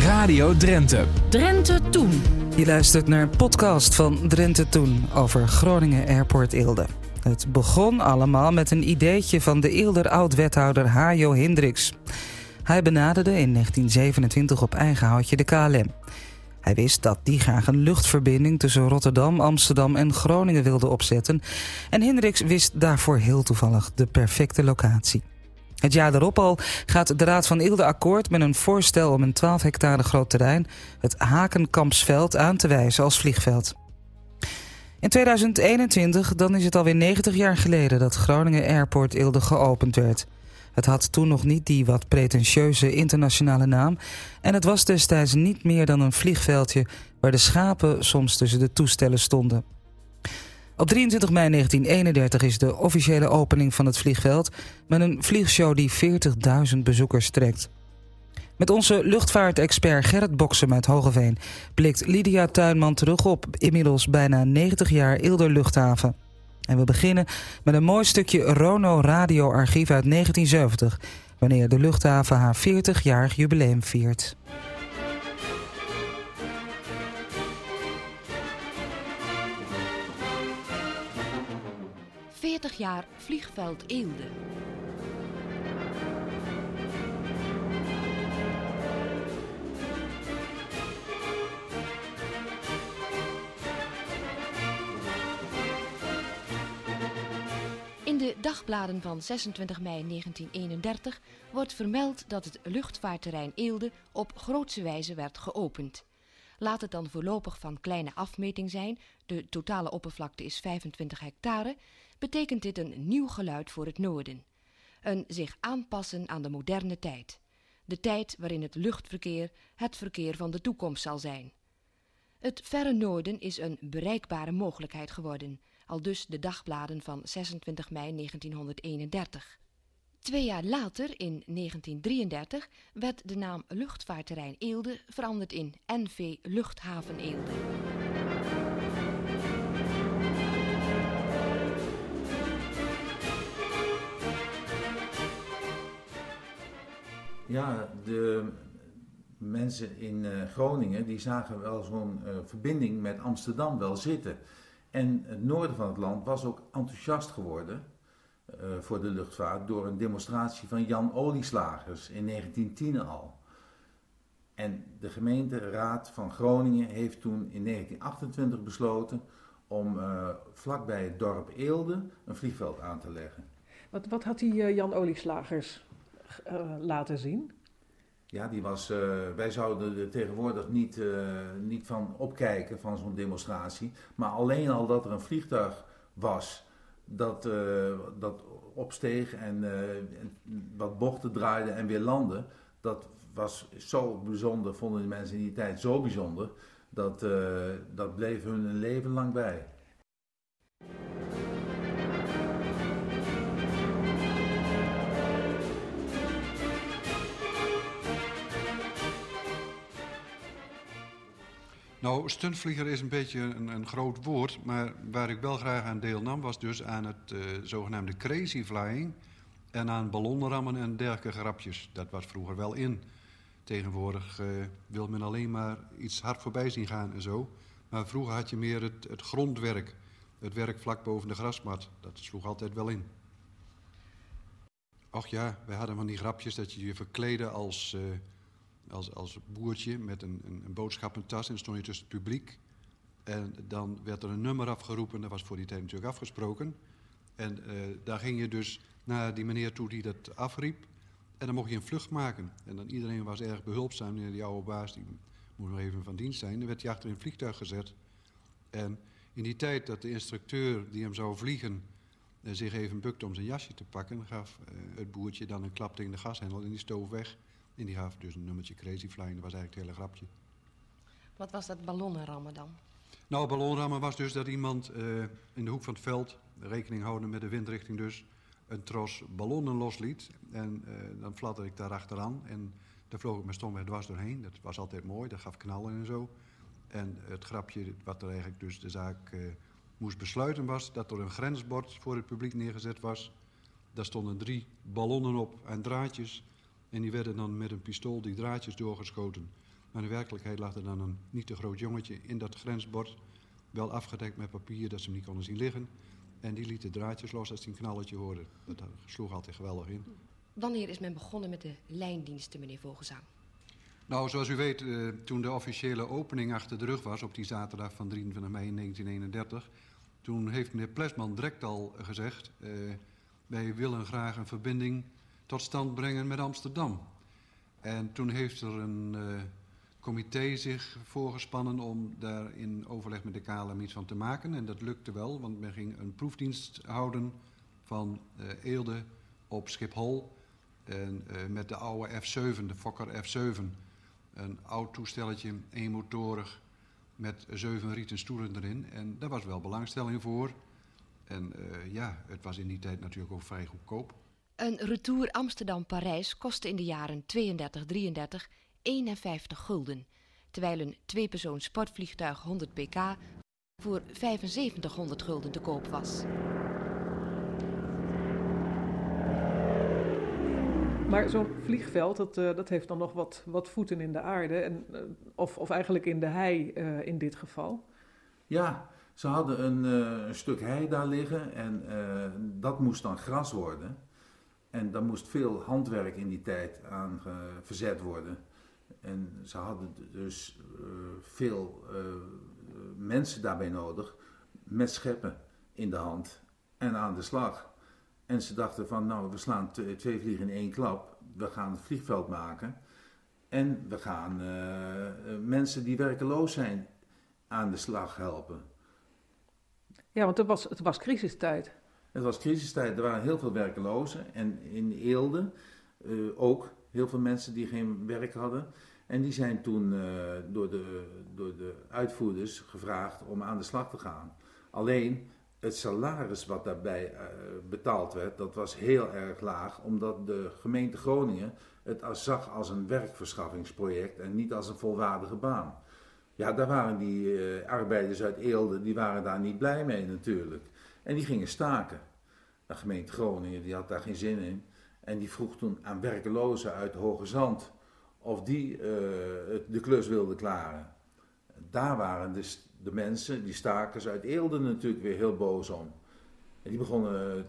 Radio Drenthe. Drenthe Toen. Je luistert naar een podcast van Drenthe Toen over Groningen Airport Eelde. Het begon allemaal met een ideetje van de Eelder oud-wethouder Hajo Hendricks. Hij benaderde in 1927 op eigen houtje de KLM. Hij wist dat die graag een luchtverbinding tussen Rotterdam, Amsterdam en Groningen wilde opzetten. En Hendricks wist daarvoor heel toevallig de perfecte locatie. Het jaar daarop al gaat de Raad van Eelde akkoord met een voorstel om een 12 hectare groot terrein, het Hakenkampsveld, aan te wijzen als vliegveld. In 2021, dan is het alweer 90 jaar geleden dat Groningen Airport Eelde geopend werd. Het had toen nog niet die wat pretentieuze internationale naam en het was destijds niet meer dan een vliegveldje waar de schapen soms tussen de toestellen stonden. Op 23 mei 1931 is de officiële opening van het vliegveld met een vliegshow die 40.000 bezoekers trekt. Met onze luchtvaartexpert Gerrit Boksem uit Hogeveen blikt Lydia Tuinman terug op inmiddels bijna 90 jaar Eelder luchthaven. En we beginnen met een mooi stukje Rono radioarchief uit 1970, wanneer de luchthaven haar 40-jarig jubileum viert. 40 jaar Vliegveld Eelde. In de dagbladen van 26 mei 1931 wordt vermeld dat het luchtvaartterrein Eelde op grootse wijze werd geopend. Laat het dan voorlopig van kleine afmeting zijn, de totale oppervlakte is 25 hectare, betekent dit een nieuw geluid voor het noorden. Een zich aanpassen aan de moderne tijd. De tijd waarin het luchtverkeer het verkeer van de toekomst zal zijn. Het verre noorden is een bereikbare mogelijkheid geworden, aldus de dagbladen van 26 mei 1931. 2 jaar later, in 1933, werd de naam Luchtvaartterrein Eelde veranderd in NV Luchthaven Eelde. Ja, de mensen in Groningen die zagen wel zo'n verbinding met Amsterdam wel zitten. En het noorden van het land was ook enthousiast geworden voor de luchtvaart door een demonstratie van Jan Olieslagers in 1910 al. En de gemeenteraad van Groningen heeft toen in 1928 besloten om vlakbij het dorp Eelde een vliegveld aan te leggen. Wat had die Jan Olieslagers laten zien? Ja, die was, wij zouden er tegenwoordig niet van opkijken van zo'n demonstratie. Maar alleen al dat er een vliegtuig was dat opsteeg en wat bochten draaide en weer landde. Dat was zo bijzonder, vonden de mensen in die tijd zo bijzonder. Dat bleef hun een leven lang bij. Nou, stuntvlieger is een beetje een groot woord, maar waar ik wel graag aan deelnam was dus aan het zogenaamde crazy flying en aan ballonrammen en dergelijke grapjes. Dat was vroeger wel in. Tegenwoordig wil men alleen maar iets hard voorbij zien gaan en zo. Maar vroeger had je meer het grondwerk, het werk vlak boven de grasmat. Dat sloeg altijd wel in. Och ja, wij hadden van die grapjes dat je je verkleedde als boertje met een boodschappentas en stond je tussen het publiek. En dan werd er een nummer afgeroepen, dat was voor die tijd natuurlijk afgesproken. En daar ging je dus naar die meneer toe die dat afriep. En dan mocht je een vlucht maken. En dan iedereen was erg behulpzaam. En die oude baas die moest nog even van dienst zijn. Dan werd hij achter in een vliegtuig gezet. En in die tijd dat de instructeur die hem zou vliegen zich even bukte om zijn jasje te pakken, gaf het boertje dan een klap tegen de gashendel en die stoof weg. En die gaf dus een nummertje Crazy Flying, dat was eigenlijk het hele grapje. Wat was dat ballonnenrammen dan? Nou, ballonrammen was dus dat iemand in de hoek van het veld, rekening houden met de windrichting dus, een tros ballonnen losliet. En dan fladderde ik daar achteraan en daar vloog ik met stomweg dwars doorheen. Dat was altijd mooi, dat gaf knallen en zo. En het grapje wat er eigenlijk dus de zaak moest besluiten was, dat er een grensbord voor het publiek neergezet was. Daar stonden 3 ballonnen op en draadjes. En die werden dan met een pistool die draadjes doorgeschoten. Maar in werkelijkheid lag er dan een niet te groot jongetje in dat grensbord. Wel afgedekt met papier dat ze hem niet konden zien liggen. En die liet de draadjes los als hij een knalletje hoorde. Dat sloeg altijd geweldig in. Wanneer is men begonnen met de lijndiensten, meneer Vogelsang? Nou, zoals u weet, toen de officiële opening achter de rug was op die zaterdag van 23 mei 1931... toen heeft meneer Plesman direct al gezegd... wij willen graag een verbinding tot stand brengen met Amsterdam. En toen heeft er een comité zich voorgespannen om daar in overleg met de KLM iets van te maken. En dat lukte wel, want men ging een proefdienst houden van Eelde op Schiphol. En met de oude F7, de Fokker F7. Een oud toestelletje, eenmotorig, met 7 rieten stoelen erin. En daar was wel belangstelling voor. En het was in die tijd natuurlijk ook vrij goedkoop. Een retour Amsterdam-Parijs kostte in de jaren 32-33 51 gulden, terwijl een tweepersoons sportvliegtuig 100 pk voor 7500 gulden te koop was. Maar zo'n vliegveld, dat heeft dan nog wat voeten in de aarde, en, of eigenlijk in de hei in dit geval. Ja, ze hadden een stuk hei daar liggen en dat moest dan gras worden. En daar moest veel handwerk in die tijd aan verzet worden. En ze hadden dus veel mensen daarbij nodig met scheppen in de hand en aan de slag. En ze dachten van, nou, we slaan 2 vliegen in 1 klap. We gaan het vliegveld maken en we gaan mensen die werkeloos zijn aan de slag helpen. Ja, want het was crisistijd. Het was crisistijd, er waren heel veel werkelozen en in Eelde ook heel veel mensen die geen werk hadden. En die zijn toen door de uitvoerders gevraagd om aan de slag te gaan. Alleen het salaris wat daarbij betaald werd, dat was heel erg laag, omdat de gemeente Groningen het zag als een werkverschaffingsproject en niet als een volwaardige baan. Ja, daar waren die arbeiders uit Eelde, die waren daar niet blij mee natuurlijk. En die gingen staken. De gemeente Groningen, die had daar geen zin in. En die vroeg toen aan werkelozen uit Hoge Zand of die de klus wilden klaren. Daar waren dus de mensen, die stakers uit Eelde natuurlijk weer heel boos om. En die begonnen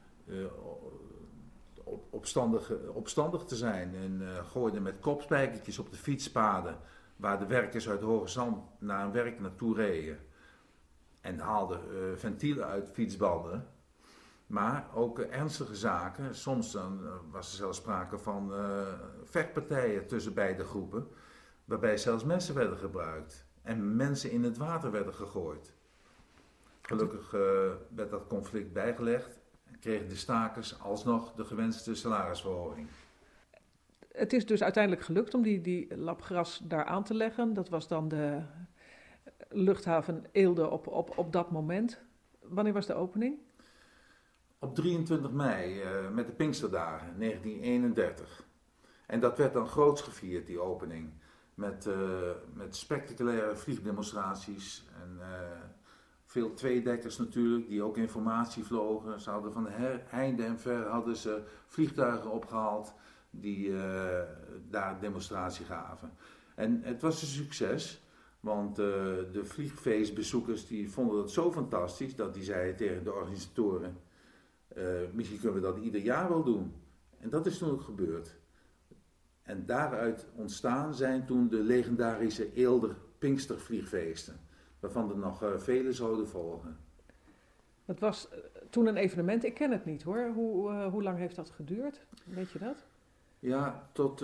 opstandig te zijn en gooiden met kopspijkertjes op de fietspaden waar de werkers uit Hoge Zand naar hun werk naartoe reden. En haalden ventielen uit fietsbanden. Maar ook ernstige zaken. Soms dan was er zelfs sprake van vechtpartijen tussen beide groepen. Waarbij zelfs mensen werden gebruikt. En mensen in het water werden gegooid. Gelukkig werd dat conflict bijgelegd. En kregen de stakers alsnog de gewenste salarisverhoging. Het is dus uiteindelijk gelukt om die lap gras daar aan te leggen. Dat was dan de luchthaven Eelde op dat moment. Wanneer was de opening? Op 23 mei met de Pinksterdagen 1931. En dat werd dan groots gevierd, die opening. Met spectaculaire vliegdemonstraties en veel tweedekkers natuurlijk, die ook informatie vlogen. Ze hadden van heinde en ver hadden ze vliegtuigen opgehaald die daar demonstratie gaven. En het was een succes, want de vliegfeestbezoekers die vonden het zo fantastisch dat die zeiden tegen de organisatoren, misschien kunnen we dat ieder jaar wel doen. En dat is toen ook gebeurd. En daaruit ontstaan zijn toen de legendarische Eelder Pinkstervliegfeesten, waarvan er nog vele zouden volgen. Dat was toen een evenement, ik ken het niet hoor. Hoe lang heeft dat geduurd? Weet je dat? Ja, tot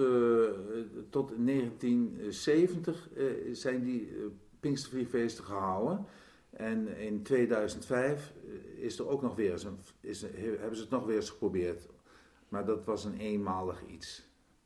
1970 zijn die Pinkstervliegfeesten gehouden. En in 2005 is er ook nog weer hebben ze het nog weer eens geprobeerd. Maar dat was een eenmalig iets.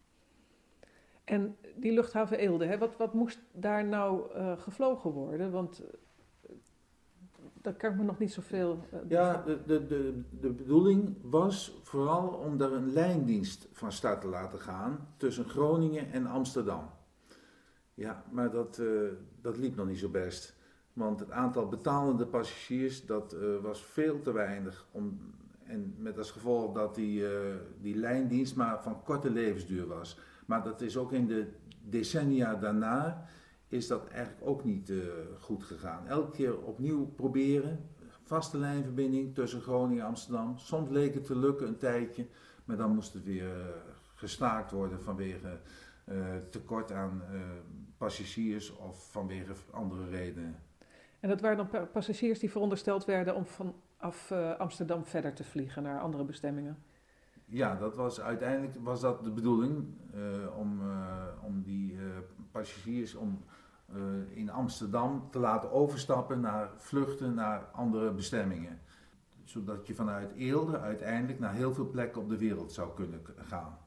En die luchthaven Eelde, hè, wat moest daar nou gevlogen worden? Want daar kan ik me nog niet zoveel... Ja, de bedoeling was vooral om daar een lijndienst van start te laten gaan tussen Groningen en Amsterdam. Ja, maar dat liep nog niet zo best. Want het aantal betalende passagiers, dat was veel te weinig En met als gevolg dat die lijndienst maar van korte levensduur was. Maar dat is ook in de decennia daarna is dat eigenlijk ook niet goed gegaan. Elke keer opnieuw proberen, vaste lijnverbinding tussen Groningen en Amsterdam. Soms leek het te lukken een tijdje, maar dan moest het weer gestaakt worden vanwege tekort aan passagiers of vanwege andere redenen. En dat waren dan passagiers die verondersteld werden om vanaf Amsterdam verder te vliegen naar andere bestemmingen? Ja, uiteindelijk was dat de bedoeling, om die passagiers in Amsterdam te laten overstappen naar vluchten naar andere bestemmingen. Zodat je vanuit Eelde uiteindelijk naar heel veel plekken op de wereld zou kunnen gaan.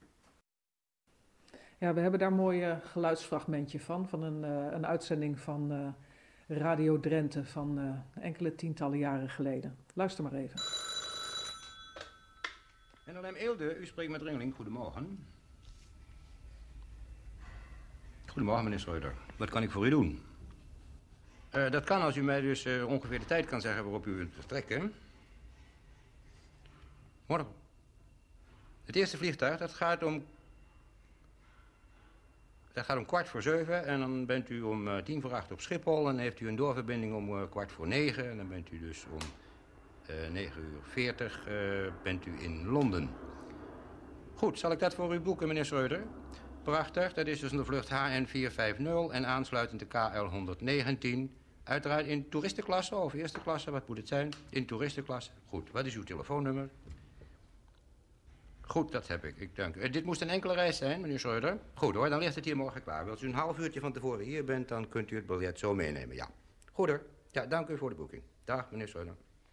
Ja, we hebben daar een mooi geluidsfragmentje van een uitzending van Radio Drenthe van enkele tientallen jaren geleden. Luister maar even. NLM Eelde, u spreekt met Ringeling. Goedemorgen. Goedemorgen, meneer Schreuder. Wat kan ik voor u doen? Dat kan als u mij dus ongeveer de tijd kan zeggen waarop u wilt vertrekken. Morgen. Het eerste vliegtuig, dat gaat om 7:15 en dan bent u om 7:45 op Schiphol en heeft u een doorverbinding om 8:45 en dan bent u dus om 9:40 bent u in Londen. Goed, zal ik dat voor u boeken, meneer Schreuder? Prachtig, dat is dus een vlucht HN450 en aansluitend de KL119. Uiteraard in toeristenklasse of eerste klasse, wat moet het zijn? In toeristenklasse. Goed, wat is uw telefoonnummer? Goed, dat heb ik dank u. Dit moest een enkele reis zijn, meneer Schreuder. Goed hoor, dan ligt het hier morgen klaar. Als u een half uurtje van tevoren hier bent, dan kunt u het biljet zo meenemen, ja. Goed hoor. Ja, dank u voor de boeking. Dag, meneer Schreuder.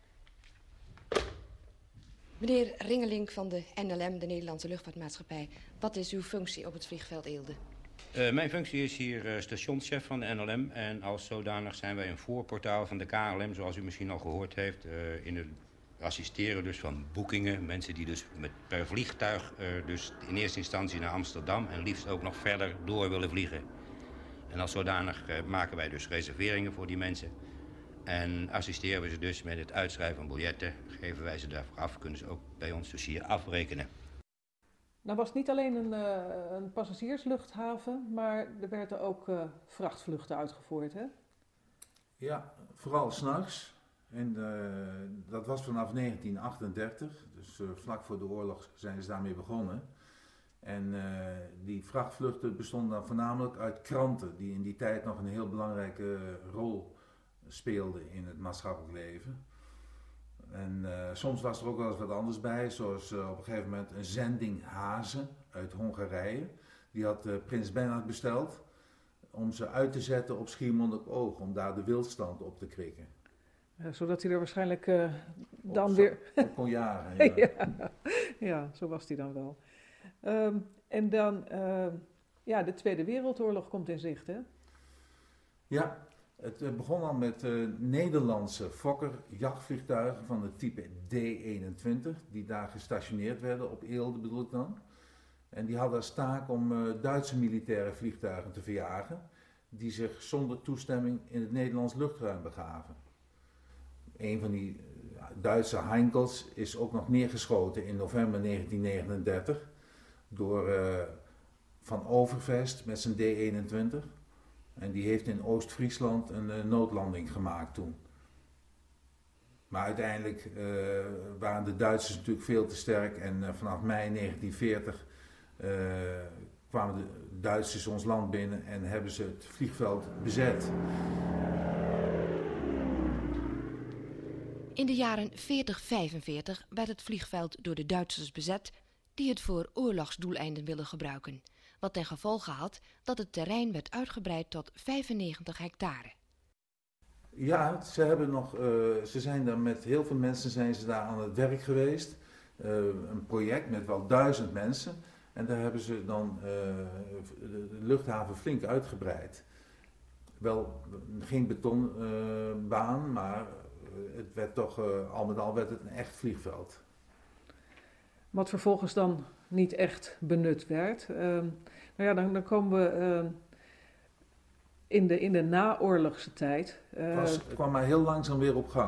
Meneer Ringeling van de NLM, de Nederlandse Luchtvaartmaatschappij. Wat is uw functie op het vliegveld Eelde? Mijn functie is hier stationschef van de NLM. En als zodanig zijn wij een voorportaal van de KLM, zoals u misschien al gehoord heeft. In het assisteren dus van boekingen. Mensen die dus per vliegtuig dus in eerste instantie naar Amsterdam en liefst ook nog verder door willen vliegen. En als zodanig maken wij dus reserveringen voor die mensen. En assisteren we ze dus met het uitschrijven van biljetten. Geven wij ze daarvoor af, kunnen ze ook bij ons dus hier afrekenen. Nou was het niet alleen een passagiersluchthaven, maar er werden ook vrachtvluchten uitgevoerd, hè? Ja, vooral 's nachts. En dat was vanaf 1938, dus vlak voor de oorlog zijn ze daarmee begonnen. En die vrachtvluchten bestonden dan voornamelijk uit kranten, die in die tijd nog een heel belangrijke rol speelden in het maatschappelijk leven. En soms was er ook wel eens wat anders bij, zoals op een gegeven moment een zending hazen uit Hongarije. Die had prins Bernhard besteld om ze uit te zetten op Schiermonnikoog, om daar de wildstand op te krikken. Zodat hij er waarschijnlijk weer op kon jagen. Ja. Ja, zo was hij dan wel. En dan, de Tweede Wereldoorlog komt in zicht, hè? Ja, het begon al met Nederlandse Fokker-jachtvliegtuigen van het type D-21, die daar gestationeerd werden, op Eelde bedoel ik dan. En die hadden als taak om Duitse militaire vliegtuigen te verjagen, die zich zonder toestemming in het Nederlands luchtruim begaven. Een van die Duitse Heinkels is ook nog neergeschoten in november 1939 door Van Overvest met zijn D-21. En die heeft in Oost-Friesland een noodlanding gemaakt toen. Maar uiteindelijk waren de Duitsers natuurlijk veel te sterk en vanaf mei 1940 kwamen de Duitsers ons land binnen en hebben ze het vliegveld bezet. In de jaren 40-45 werd het vliegveld door de Duitsers bezet die het voor oorlogsdoeleinden wilden gebruiken. Wat ten gevolge had dat het terrein werd uitgebreid tot 95 hectare. Ja, ze zijn daar met heel veel mensen zijn ze daar aan het werk geweest. Een project met wel 1000 mensen. En daar hebben ze dan de luchthaven flink uitgebreid. Wel geen betonbaan, maar het werd toch, al met al werd het een echt vliegveld. Wat vervolgens dan niet echt benut werd. Dan komen we in de naoorlogse tijd. Het kwam maar heel langzaam weer op gang.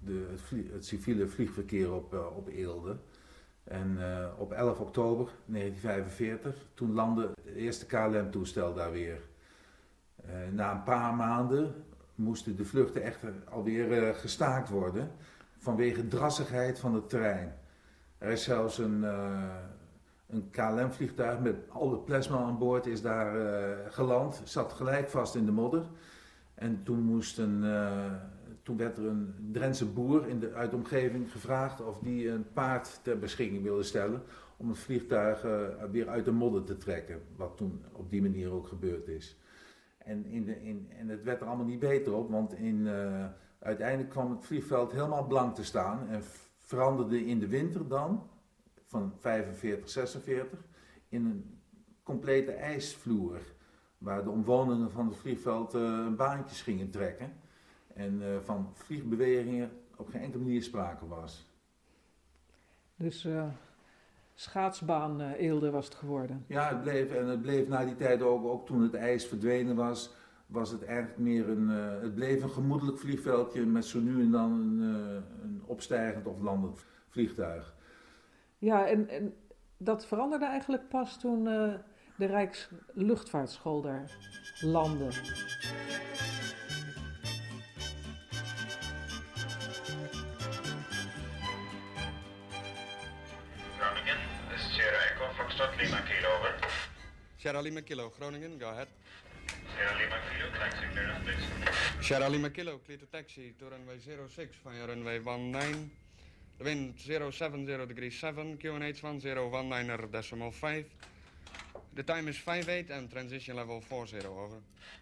het civiele vliegverkeer op Eelde. En op 11 oktober 1945, toen landde het eerste KLM-toestel daar weer. Na een paar maanden moesten de vluchten echter alweer gestaakt worden vanwege drassigheid van het terrein. Er is zelfs een KLM-vliegtuig met al de plasma aan boord is daar geland, zat gelijk vast in de modder. En toen werd er een Drentse boer uit de omgeving gevraagd of die een paard ter beschikking wilde stellen om het vliegtuig weer uit de modder te trekken, wat toen op die manier ook gebeurd is. En het werd er allemaal niet beter op, want uiteindelijk kwam het vliegveld helemaal blank te staan en veranderde in de winter dan, van 45, 46, in een complete ijsvloer, waar de omwonenden van het vliegveld baantjes gingen trekken en van vliegbewegingen op geen enkele manier sprake was. Dus schaatsbaan Eelde was het geworden. Ja, het bleef na die tijd ook toen het ijs verdwenen was het eigenlijk meer het bleef een gemoedelijk vliegveldje met zo nu en dan een opstijgend of landend vliegtuig. Ja, en dat veranderde eigenlijk pas toen de Rijksluchtvaartschool daar landde. Groningen, this is Sierra Echo, Foxtrot Lima Kilo, over. Sierra Lima Kilo, Groningen, go ahead. Sierra Lima Kilo, taxi clearance, please. Sierra Lima Kilo, clear to taxi to runway 06 van your runway 19. The wind 070 degrees 7, QNH 1019er decimal 5. The time is 58 and transition level 40, over.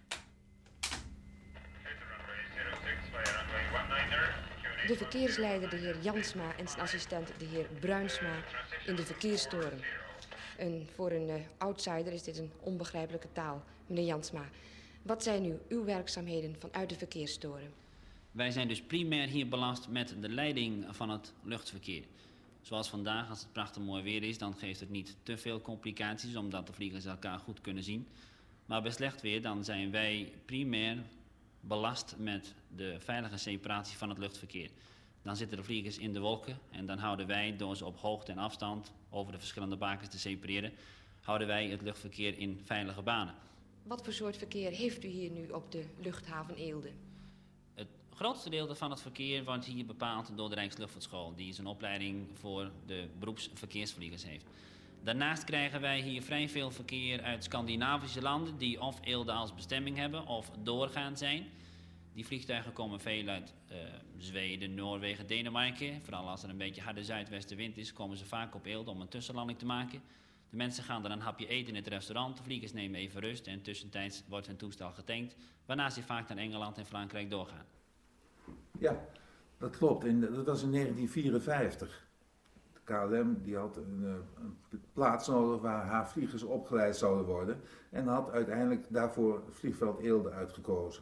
De verkeersleider, de heer Jansma, en zijn assistent, de heer Bruinsma, in de verkeerstoren. Voor een outsider is dit een onbegrijpelijke taal. Meneer Jansma, wat zijn nu uw werkzaamheden vanuit de verkeerstoren? Wij zijn dus primair hier belast met de leiding van het luchtverkeer. Zoals vandaag, als het prachtig mooi weer is, dan geeft het niet te veel complicaties, omdat de vliegers elkaar goed kunnen zien. Maar bij slecht weer, dan zijn wij primair belast met de veilige separatie van het luchtverkeer. Dan zitten de vliegers in de wolken en dan houden wij, door ze op hoogte en afstand over de verschillende bakens te separeren, houden wij het luchtverkeer in veilige banen. Wat voor soort verkeer heeft u hier nu op de luchthaven Eelde? Het grootste deel van het verkeer wordt hier bepaald door de Rijksluchtvaartschool, die een opleiding voor de beroepsverkeersvliegers heeft. Daarnaast krijgen wij hier vrij veel verkeer uit Scandinavische landen die of Eelde als bestemming hebben of doorgaan zijn. Die vliegtuigen komen veel uit Zweden, Noorwegen, Denemarken. Vooral als er een beetje harde zuidwestenwind is, komen ze vaak op Eelde om een tussenlanding te maken. De mensen gaan dan een hapje eten in het restaurant, de vliegers nemen even rust en tussentijds wordt hun toestel getankt, waarna ze vaak naar Engeland en Frankrijk doorgaan. Ja, dat klopt. Dat was in 1954. De KLM die had een plaats nodig waar haar vliegers opgeleid zouden worden en had uiteindelijk daarvoor het vliegveld Eelde uitgekozen.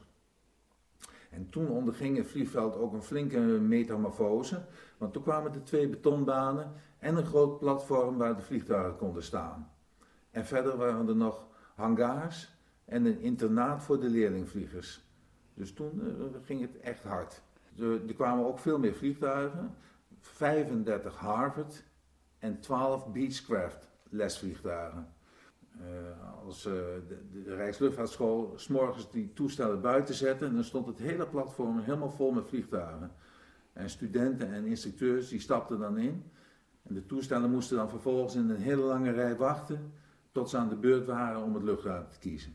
En toen onderging het vliegveld ook een flinke metamorfose, want toen kwamen er 2 betonbanen en een groot platform waar de vliegtuigen konden staan. En verder waren er nog hangars en een internaat voor de leerlingvliegers. Dus toen ging het echt hard. Er kwamen ook veel meer vliegtuigen, 35 Harvard en 12 Beechcraft lesvliegtuigen. Als de Rijksluchtvaartschool 's morgens die toestellen buiten zette, dan stond het hele platform helemaal vol met vliegtuigen. En studenten en instructeurs die stapten dan in. En de toestellen moesten dan vervolgens in een hele lange rij wachten tot ze aan de beurt waren om het luchtruim te kiezen.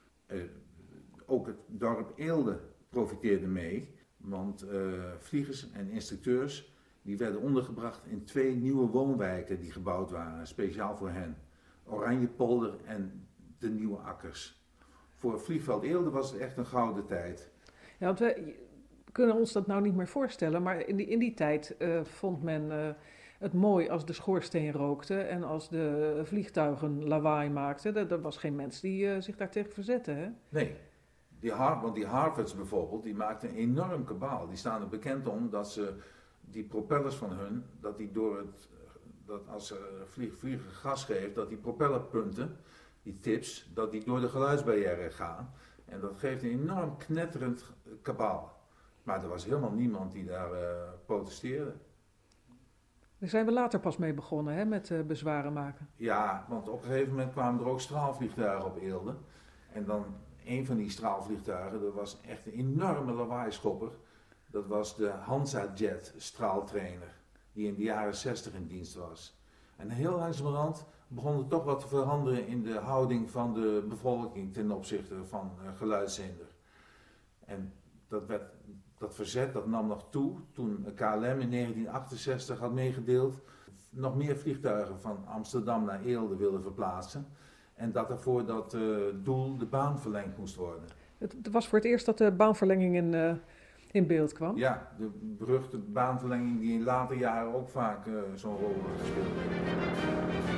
Ook het dorp Eelde profiteerde mee, want vliegers en instructeurs die werden ondergebracht in 2 nieuwe woonwijken die gebouwd waren, speciaal voor hen. Oranjepolder en de Nieuwe Akkers. Voor vliegveld Eelde was het echt een gouden tijd. Ja, want we kunnen ons dat nou niet meer voorstellen, maar in die tijd vond men het mooi als de schoorsteen rookte en als de vliegtuigen lawaai maakten. Er was geen mens die zich daartegen verzette, hè? Nee, want die Harvards bijvoorbeeld, die maakten een enorm kabaal. Die staan er bekend om dat ze die propellers van hun, dat die dat als ze vlieger gas geeft, dat die propellerpunten, die tips, dat die door de geluidsbarrière gaan. En dat geeft een enorm knetterend kabaal. Maar er was helemaal niemand die daar protesteerde. Daar zijn we later pas mee begonnen, hè, met bezwaren maken. Ja, want op een gegeven moment kwamen er ook straalvliegtuigen op Eelde. En dan een van die straalvliegtuigen, dat was echt een enorme lawaaischopper. Dat was de Hansa-Jet straaltrainer, die in de jaren 60 in dienst was. En heel langzamerhand begon er toch wat te veranderen in de houding van de bevolking ten opzichte van geluidshinder. En dat verzet dat nam nog toe toen KLM in 1968 had meegedeeld nog meer vliegtuigen van Amsterdam naar Eelde wilde verplaatsen. En dat er voor dat doel de baan verlengd moest worden. Het was voor het eerst dat de baanverlenging in beeld kwam? Ja, de beruchte baanverlenging die in later jaren ook vaak zo'n rol gespeeld heeft.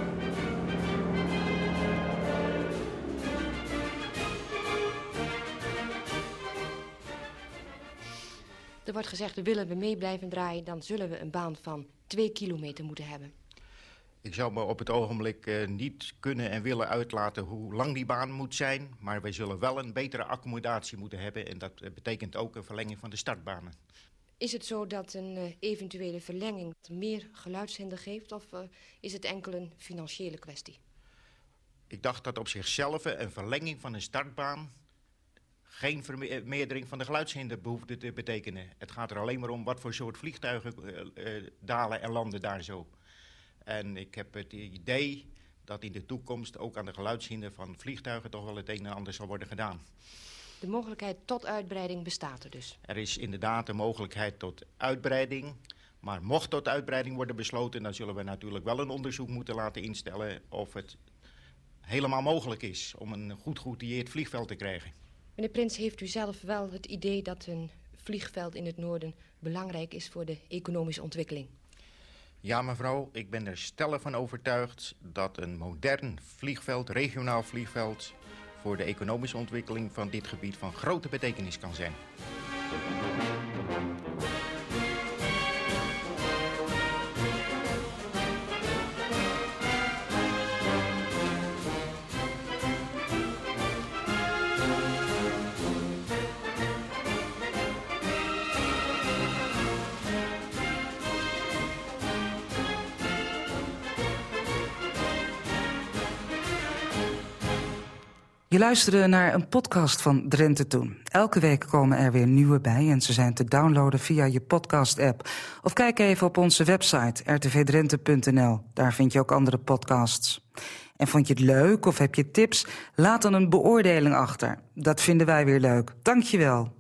Er wordt gezegd, willen we mee blijven draaien, dan zullen we een baan van 2 kilometer moeten hebben. Ik zou me op het ogenblik niet kunnen en willen uitlaten hoe lang die baan moet zijn. Maar wij zullen wel een betere accommodatie moeten hebben. En dat betekent ook een verlenging van de startbanen. Is het zo dat een eventuele verlenging meer geluidshinder geeft? Of is het enkel een financiële kwestie? Ik dacht dat op zichzelf een verlenging van een startbaan geen vermeerdering van de geluidshinder behoefde te betekenen. Het gaat er alleen maar om wat voor soort vliegtuigen dalen en landen daar zo. En ik heb het idee dat in de toekomst ook aan de geluidshinder van vliegtuigen toch wel het een en ander zal worden gedaan. De mogelijkheid tot uitbreiding bestaat er dus? Er is inderdaad de mogelijkheid tot uitbreiding. Maar mocht tot uitbreiding worden besloten, dan zullen we natuurlijk wel een onderzoek moeten laten instellen of het helemaal mogelijk is om een goed geoutilleerd vliegveld te krijgen. Meneer Prins, heeft u zelf wel het idee dat een vliegveld in het noorden belangrijk is voor de economische ontwikkeling? Ja, mevrouw, ik ben er stellig van overtuigd dat een modern vliegveld, regionaal vliegveld, voor de economische ontwikkeling van dit gebied van grote betekenis kan zijn. Je luisterde naar een podcast van Drenthe Toen. Elke week komen er weer nieuwe bij en ze zijn te downloaden via je podcast-app. Of kijk even op onze website rtvdrenthe.nl. Daar vind je ook andere podcasts. En vond je het leuk of heb je tips? Laat dan een beoordeling achter. Dat vinden wij weer leuk. Dank je wel.